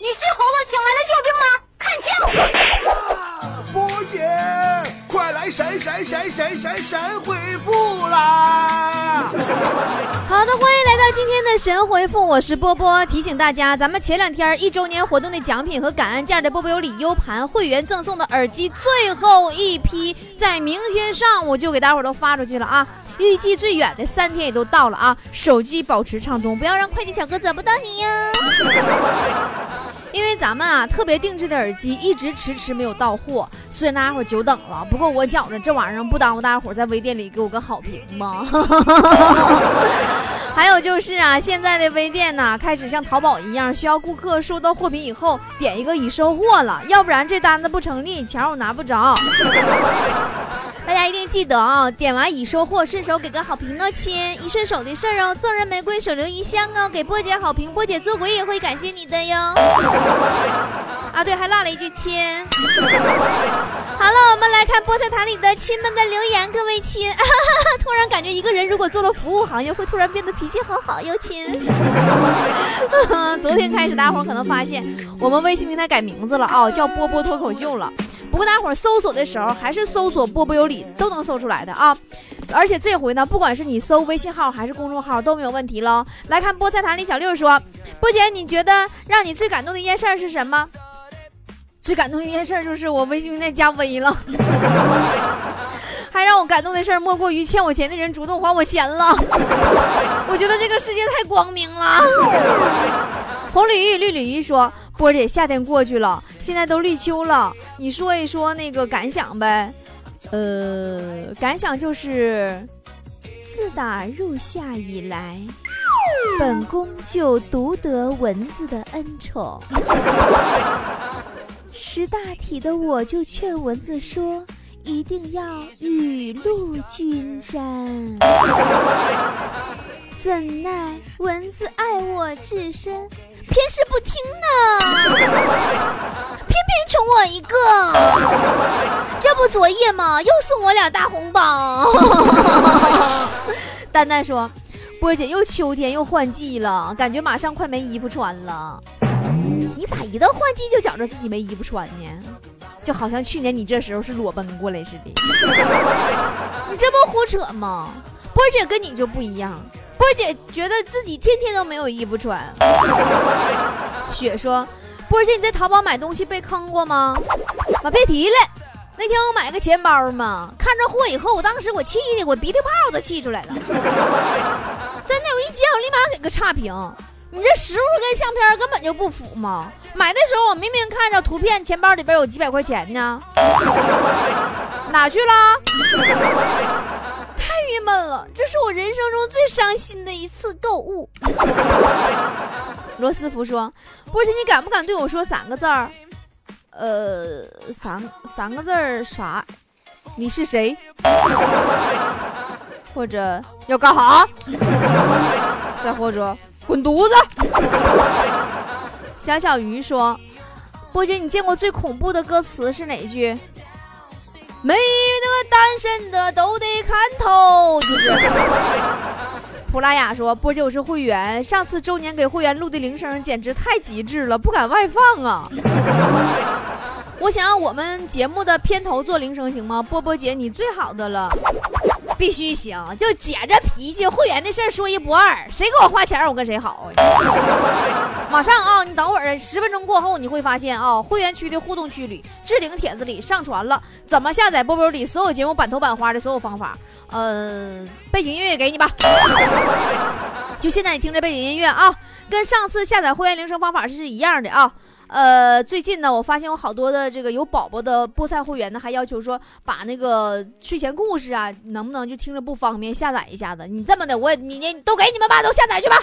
你是猴子请来的救兵吗？看清！ 波姐，快来神回复啦！ 好的，欢迎来到今天的神回复，我是波波。提醒大家，咱们前2天1周年活动的奖品和感恩价的波波有理 U 盘会员赠送的耳机最后一批，在明天上午就给大伙都发出去了啊！预计最远的3天也都到了啊！手机保持畅通，不要让快递小哥找不到你呀！因为咱们啊特别定制的耳机一直迟没有到货，虽然大家伙久等了，不过我觉着这玩意儿不耽误大家伙在微店里给我个好评吧。还有就是啊，现在的微店呢开始像淘宝一样，需要顾客收到货品以后点一个已收货了，要不然这单子不成立，钱我拿不着。大家一定记得啊，点完已收货顺手给个好评哦，亲，一顺手的事哦，赠人玫瑰手留一箱哦，给波姐好评，波姐做鬼也会感谢你的哟。啊对，还落了一句亲。好了，我们来看菠菜坛里的亲们的留言，各位亲。突然感觉一个人如果做了服务行业会突然变得脾气很好哟，亲。昨天开始大家伙可能发现我们微信平台改名字了啊，叫波波脱口秀了。不过大伙搜索的时候还是搜索波波有理都能搜出来的啊，而且这回呢不管是你搜微信号还是公众号都没有问题了。来看菠菜坛里小六说，波姐你觉得让你最感动的一件事是什么？最感动的一件事就是我微信平台加微了。还让我感动的事莫过于欠我钱的人主动还我钱了。我觉得这个世界太光明了。红鲤鱼绿鲤鱼说，波姐夏天过去了，现在都立秋了，你说一说那个感想呗。感想就是自打入夏以来，本宫就独得蚊子的恩宠。识大体的我就劝蚊子说，一定要雨露均沾。怎奈蚊子爱我至深，偏是不听呢，偏偏宠我一个。这不昨夜吗？又送我2大红包。丹丹说，波姐又秋天又换季了，感觉马上快没衣服穿了。你咋一到换季就觉着自己没衣服穿呢？就好像去年你这时候是裸奔过来似的。你这不胡扯吗？波姐跟你就不一样，波姐觉得自己天天都没有衣服穿。雪说，波姐你在淘宝买东西被坑过吗？别提了，那天我买个钱包嘛，看着货以后，当时我气的我鼻涕泡都气出来了。真的，我一接我立马给个差评。你这实物跟相片根本就不符嘛！买的时候我明明看着图片钱包里边有几百块钱呢，哪去了？太郁闷了，这是我人生中最伤心的一次购物。罗斯福说，波姐你敢不敢对我说3个字儿？三个字儿啥？你是谁？或者要干哈？再或者滚犊子。小鱼说，波姐你见过最恐怖的歌词是哪句？没得单身的都得看透。就是普拉雅说，波姐我是会员，上次周年给会员录的铃声简直太极致了，不敢外放啊。我想要我们节目的片头做铃声行吗？波波姐你最好的了。必须行，就姐这脾气，会员的事说一不二，谁给我花钱我跟谁好。马上啊，你等会儿10分钟过后你会发现啊，会员区的互动区里置顶帖子里上传了怎么下载波波里所有节目版头版花的所有方法。背景音乐给你吧，就现在你听这背景音乐啊，跟上次下载会员铃声方法是一样的啊。最近呢，我发现有好多的这个有宝宝的菠菜会员呢，还要求说把那个睡前故事啊，能不能就听着不方便下载一下子？你这么的，你都给你们吧，都下载去吧。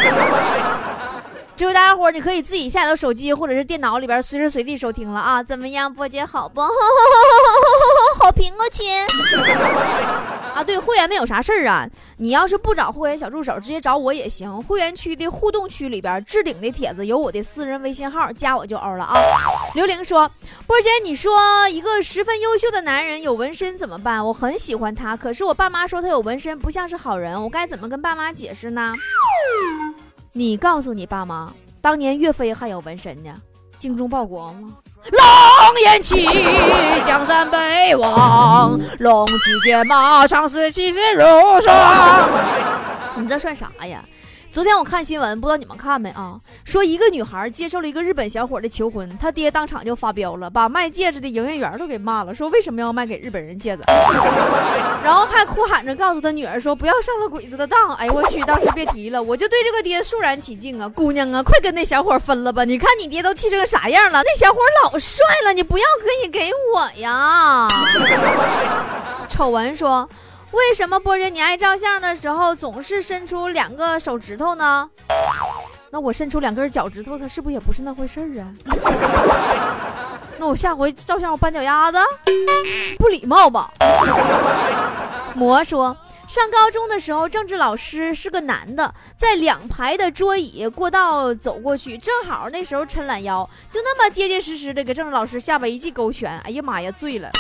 这位大家伙，你可以自己下载到手机或者是电脑里边随时随地收听了啊。怎么样，波姐好不？好评哦，亲。啊，对，会员没有啥事儿啊，你要是不找会员小助手，直接找我也行。会员区的互动区里边置顶的帖子有我的私人微信号，加我就欧了啊。刘玲说，波姐你说一个十分优秀的男人有纹身怎么办？我很喜欢他，可是我爸妈说他有纹身不像是好人，我该怎么跟爸妈解释呢？你告诉你爸妈，当年岳飞还有纹身呢， 精忠报国吗？狼烟起，江山北望，龙骑绝马，长嘶气势如霜。你这算啥呀？昨天我看新闻，不知道你们看没啊？说一个女孩接受了一个日本小伙的求婚，她爹当场就发飙了，把卖戒指的营业员都给骂了，说为什么要卖给日本人戒指，然后还哭喊着告诉他女儿说不要上了鬼子的当。哎呦我去，当时别提了，我就对这个爹肃然起敬啊！姑娘啊，快跟那小伙分了吧！你看你爹都气成个啥样了，那小伙老帅了，你不要可以给我呀。丑闻说，为什么波姐你爱照相的时候总是伸出2个手指头呢？那我伸出2根脚趾头，它是不是也不是那回事啊？那我下回照相我搬脚丫子，不礼貌吧？魔说，上高中的时候，政治老师是个男的，在2排的桌椅过道走过去，正好那时候抻懒腰，就那么结结实实的给政治老师下巴一记勾拳。哎呀妈呀，醉了！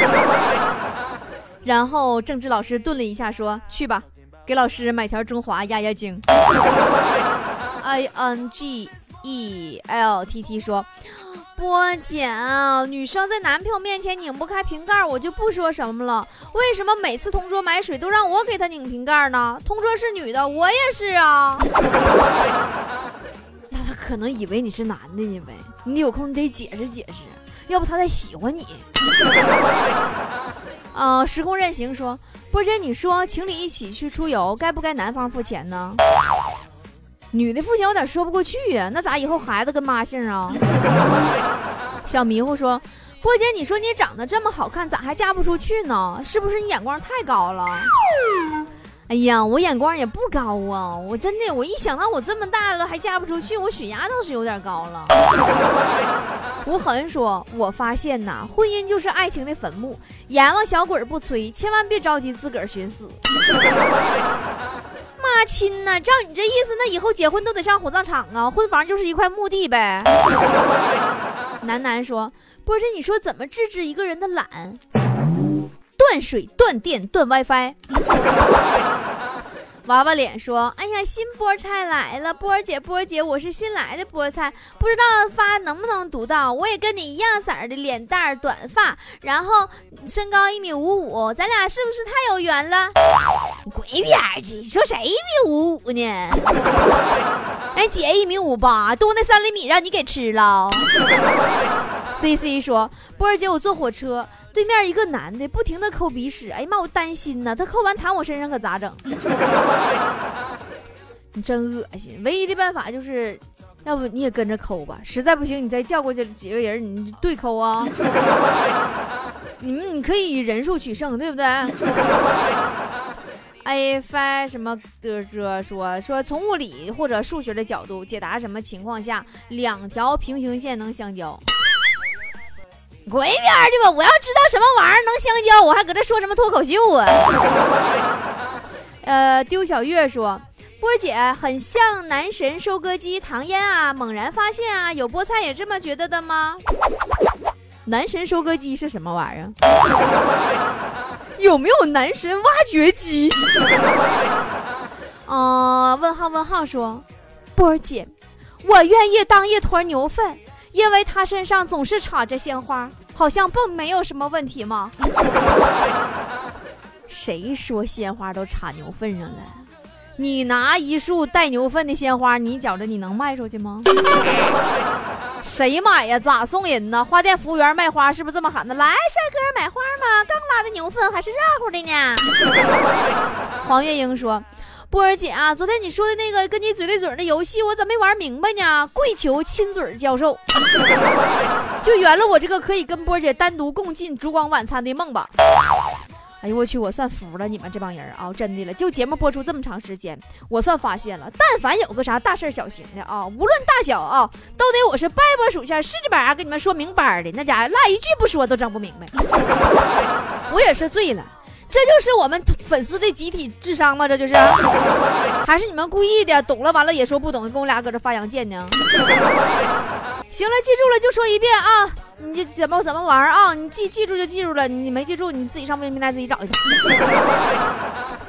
然后政治老师顿了一下说，去吧，给老师买条中华压压惊。INGELTT 说，波姐，女生在男朋友面前拧不开瓶盖我就不说什么了，为什么每次同桌买水都让我给他拧瓶盖呢？同桌是女的，我也是啊。那他可能以为你是男的呢呗，你有空你得解释解释，要不他才喜欢你。时空任行说，波姐你说情侣一起去出游该不该男方付钱呢？女的付钱有点说不过去呀，那咋以后孩子跟妈姓啊？小迷糊说，波姐你说你长得这么好看咋还嫁不出去呢？是不是你眼光太高了？哎呀，我眼光也不高啊，我真的，我一想到我这么大了还嫁不出去，我血压倒是有点高了。吴恒说，我发现呐，婚姻就是爱情的坟墓，阎王小鬼不催，千万别着急自个儿寻死。妈亲呐，照你这意思，那以后结婚都得上火葬场啊，婚房就是一块墓地呗。楠楠说，波姐你说怎么治一个人的懒？断水断电断 WiFi。娃娃脸说，哎呀，新菠菜来了，波姐我是新来的菠菜，不知道发能不能读到，我也跟你一样色的脸蛋短发，然后身高1.55米，咱俩是不是太有缘了？你滚一边去，说谁1.55米呢？哎，姐1.58米，多那3厘米让你给吃了。CC 说，波儿姐我坐火车，对面一个男的不停的抠鼻屎，哎呀妈，我担心呢，他抠完弹我身上可咋整？你真恶心，唯一的办法就是要不你也跟着抠吧，实在不行你再叫过去几个人你对抠啊。你可以以人数取胜，对不对？哎，翻什么的说从物理或者数学的角度解答什么情况下2条平行线能相交？滚一边去吧！我要知道什么玩意儿能相交，我还搁这说什么脱口秀啊？丢小月说，波姐很像男神收割机唐嫣啊，猛然发现啊，有菠菜也这么觉得的吗？男神收割机是什么玩意儿？有没有男神挖掘机？问号说，波姐，我愿意当一坨牛粪，因为他身上总是插着鲜花，好像并没有什么问题吗？谁说鲜花都插牛粪上了？你拿一束带牛粪的鲜花，你觉着你能卖出去吗？谁买呀？咋送人呢？花店服务员卖花是不是这么喊的？来，帅哥买花吗？刚拉的牛粪还是热乎的呢。黄月英说，波儿姐啊，昨天你说的那个跟你嘴对嘴的游戏我咋没玩明白呢？跪求亲嘴教授。就圆了我这个可以跟波儿姐单独共进烛光晚餐的梦吧。哎呦我去，我算服了你们这帮人啊！真的了，就节目播出这么长时间，我算发现了，但凡有个啥大事小型的啊，无论大小啊，都得我是拜波属下狮子板跟你们说明白的，那家伙落一句不说都整不明白。我也是醉了，这就是我们粉丝的集体智商吗？这就是，还是你们故意的？懂了完了也说不懂，跟我俩搁这发洋剑呢？行了，记住了就说一遍啊！你怎么玩啊？你记住就记住了，你没记住你自己上微信平台自己找去。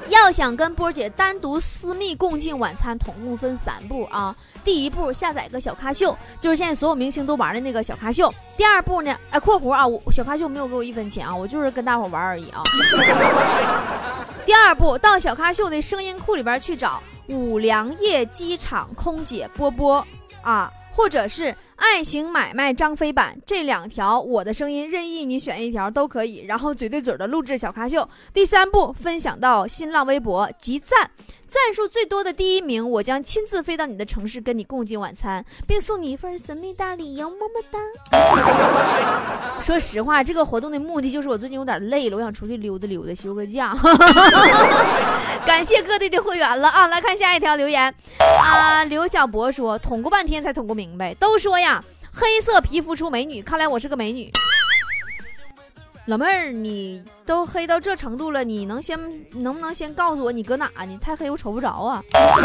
要想跟波姐单独私密共进晚餐，统共分3步啊。第一步，下载个小咖秀，就是现在所有明星都玩的那个小咖秀。第二步呢，括弧啊，我小咖秀没有给我1分钱啊，我就是跟大伙玩而已啊。第二步，到小咖秀的声音库里边去找五粮液机场空姐波波啊，或者是爱情买卖张飞版，这2条我的声音任意你选1条都可以，然后嘴对嘴的录制小咖秀。第3步，分享到新浪微博集赞，赞数最多的第1名，我将亲自飞到你的城市跟你共进晚餐，并送你一份神秘大礼哟，么么哒。说实话，这个活动的目的就是我最近有点累了，我想出去溜达溜达，休个假。感谢各地的会员了啊！来看下一条留言啊，刘小博说，捅过半天才捅过明白，都说呀黑色皮肤出美女，看来我是个美女。老妹儿，你都黑到这程度了，你能不能先告诉我你搁哪？你太黑我瞅不着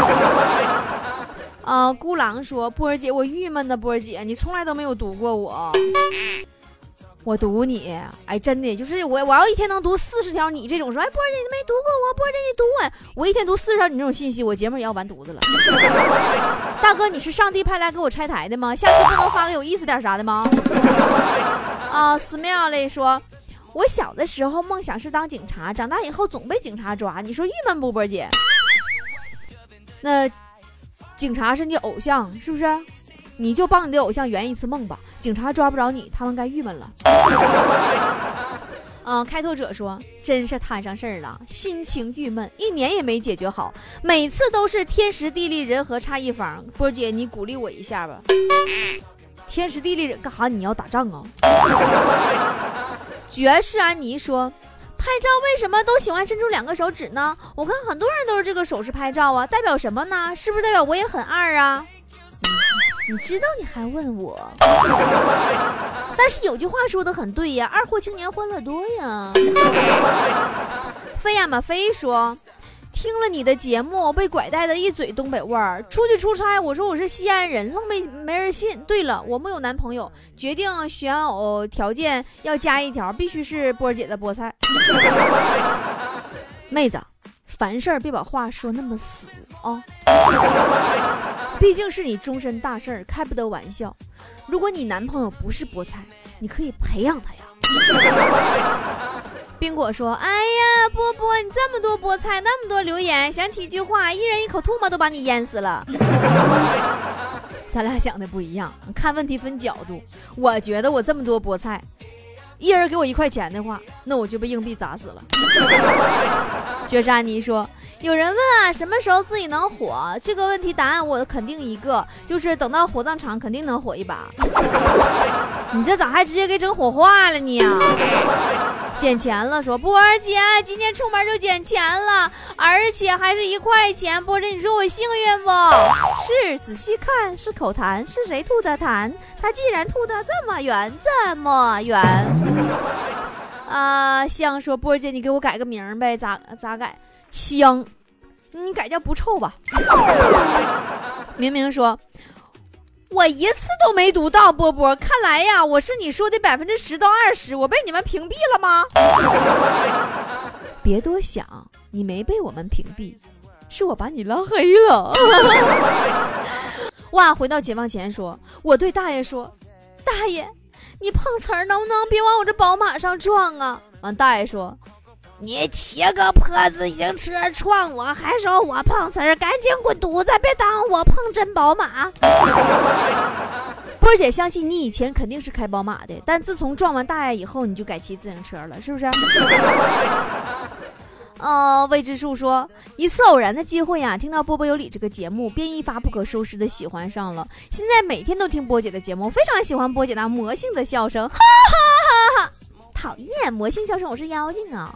啊。孤狼说，波儿姐我郁闷的，波儿姐你从来都没有读过我读你，哎，真的就是我要一天能读40条你这种说，哎，波儿姐你没读过我，波儿姐你读我一天读40条你这种信息，我节目也要完犊子了。大哥，你是上帝派来给我拆台的吗？下次不能发个有意思点啥的吗？Smile 类说，我小的时候梦想是当警察，长大以后总被警察抓，你说郁闷不，波儿姐？那警察是你偶像是不是？你就帮你的偶像圆一次梦吧，警察抓不着你，他们该郁闷了。开拓者说，真是摊上事儿了，心情郁闷，1年也没解决好，每次都是天时地利人和差一方。波姐，你鼓励我一下吧。天时地利人干啥？你要打仗啊？爵士安妮说，拍照为什么都喜欢伸出2个手指呢？我看很多人都是这个手势拍照啊，代表什么呢？是不是代表我也很二啊？你知道你还问我？但是有句话说得很对呀，二货青年欢乐多呀。飞呀马飞说，听了你的节目被拐带的一嘴东北味儿，出去出差我说我是西安人，愣没人信。对了，我没有男朋友，决定选偶条件要加1条，必须是波姐的菠菜。妹子，凡事别把话说那么死啊，毕竟是你终身大事儿，开不得玩笑。如果你男朋友不是菠菜，你可以培养他呀。冰果说，哎呀波波，你这么多菠菜，那么多留言，想起一句话，一人一口唾沫都把你淹死了。咱俩想的不一样，看问题分角度。我觉得我这么多菠菜，一人给我1块钱的话，那我就被硬币砸死了。爵士安妮说，有人问啊，什么时候自己能火？这个问题答案我肯定一个，就是等到火葬场肯定能火一把。你这咋还直接给整火化了你啊？捡钱了，说波儿姐今天出门就捡钱了，而且还是1块钱。波儿姐，你说我幸运不？是，仔细看是口痰，是谁吐的痰？他既然吐的这么远这么远。香说，波儿姐你给我改个名呗，咋改？香，你改叫不臭吧。明明说，我一次都没读到，波波，看来呀，我是你说的10%到20%，我被你们屏蔽了吗？别多想，你没被我们屏蔽，是我把你拉黑了。哇，回到解放前说，我对大爷说，大爷，你碰瓷儿能不能别往我这宝马上撞啊？完，大爷说，你骑个破自行车撞我，还说我碰瓷儿，赶紧滚犊子，别耽误我碰真宝马。波儿姐相信你以前肯定是开宝马的，但自从撞完大爷以后，你就改骑自行车了，是不是？未知数说，一次偶然的机会呀，听到波波有理这个节目，便一发不可收拾的喜欢上了。现在每天都听波姐的节目，非常喜欢波姐那魔性的笑声，哈哈哈哈！讨厌魔性笑声，我是妖精啊！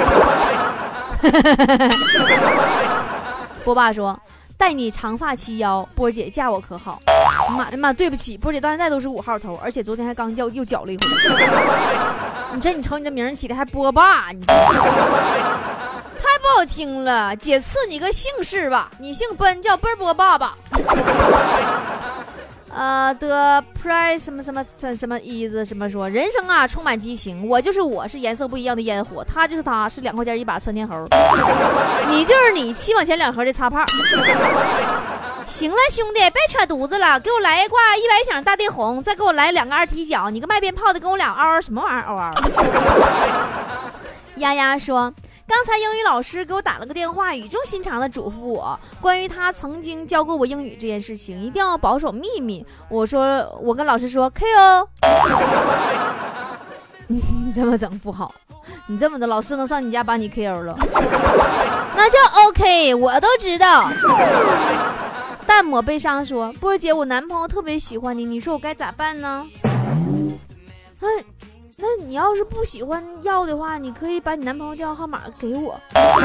波爸说，待你长发齐腰，波姐嫁我可好？妈呀妈，对不起，波姐到现在都是5号头，而且昨天还刚又搅了一回。你瞅你这名起的还波霸，你太不好听了。姐赐你个姓氏吧，你姓奔，叫奔波爸爸。 The price 什么意思？什么说人生啊充满激情，我就是我是颜色不一样的烟火，他就是他是2块钱一把窜天猴，你就是你7往前2盒的擦炮。行了兄弟，别扯犊子了，给我来一挂100响大地红，再给我来2个2踢脚，你个卖鞭炮的跟我俩嗷什么玩意儿嗷。丫丫说，刚才英语老师给我打了个电话，语重心长的嘱咐我关于他曾经教过我英语这件事情一定要保守秘密。我跟老师说 K 哦。你这么整不好，你这么的老师能上你家把你 KO 了，那就 OK， 我都知道。淡漠悲伤说，波儿姐，我男朋友特别喜欢你，你说我该咋办呢？那你要是不喜欢要的话，你可以把你男朋友电话号码给我。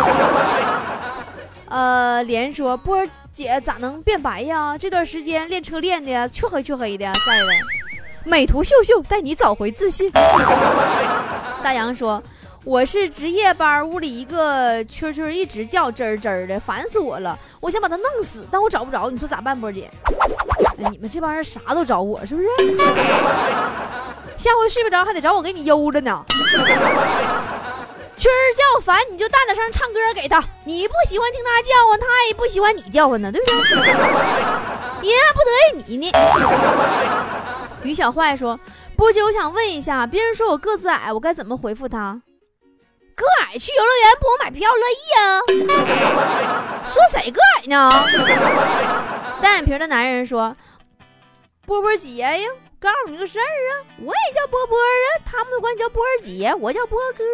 莲说，波儿姐咋能变白呀？这段时间练车练的黢黑黢黑的晒的，美图秀秀带你找回自信。大杨说，我是值夜班，屋里一个蛐蛐一直叫吱吱的，烦死我了，我想把它弄死，但我找不着，你说咋办？波儿姐，你们这帮人啥都找我是不是？下回睡不着还得找我给你悠着呢。蛐儿叫烦你就大点声唱歌给他，你不喜欢听他叫唤，他也不喜欢你叫唤呢，对不对？你还不得意你呢。于小坏说，波姐，我想问一下，别人说我个子矮，我该怎么回复他？个矮去游乐园不买票乐意啊？说谁个矮呢？单眼皮的男人说，波波姐呀，告诉你个事儿啊，我也叫波波啊，他们都管你叫波儿姐，我叫波哥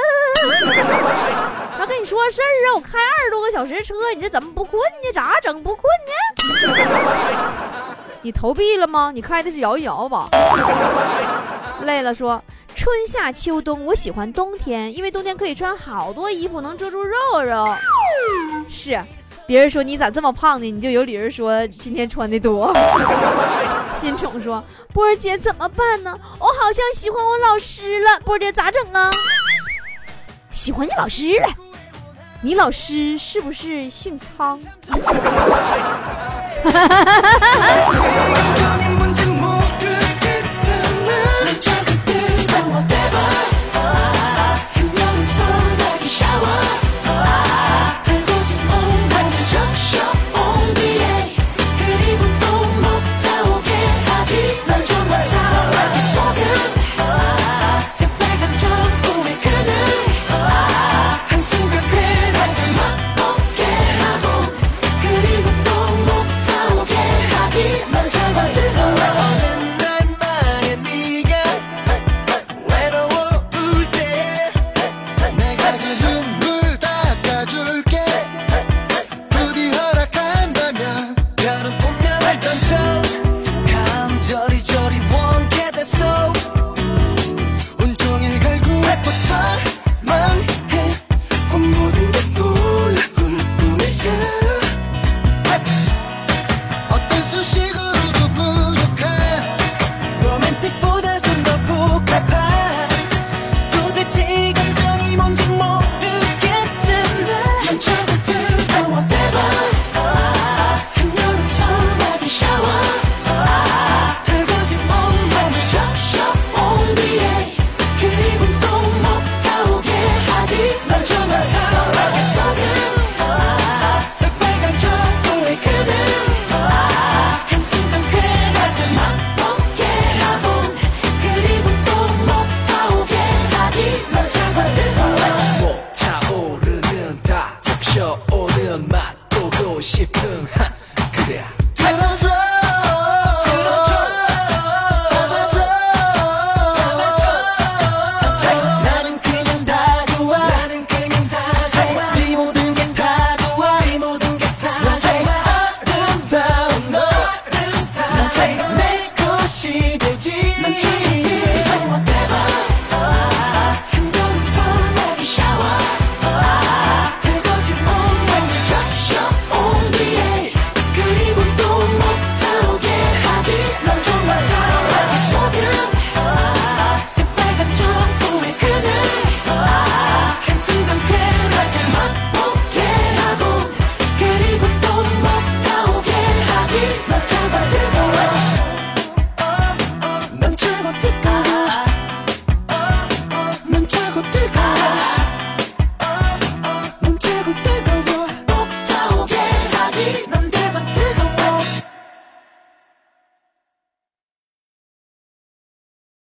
啊。他跟你说事儿啊，我开20多个小时车，你这怎么不困呢？咋整不困呢？你投币了吗？你开的是摇一摇吧。累了说，春夏秋冬我喜欢冬天，因为冬天可以穿好多衣服，能遮住肉肉。是，别人说你咋这么胖呢，你就有理由说今天穿的多。新宠说，波儿姐怎么办呢？我好像喜欢我老师了，波儿姐咋整啊？喜欢你老师了？你老师是不是姓苍？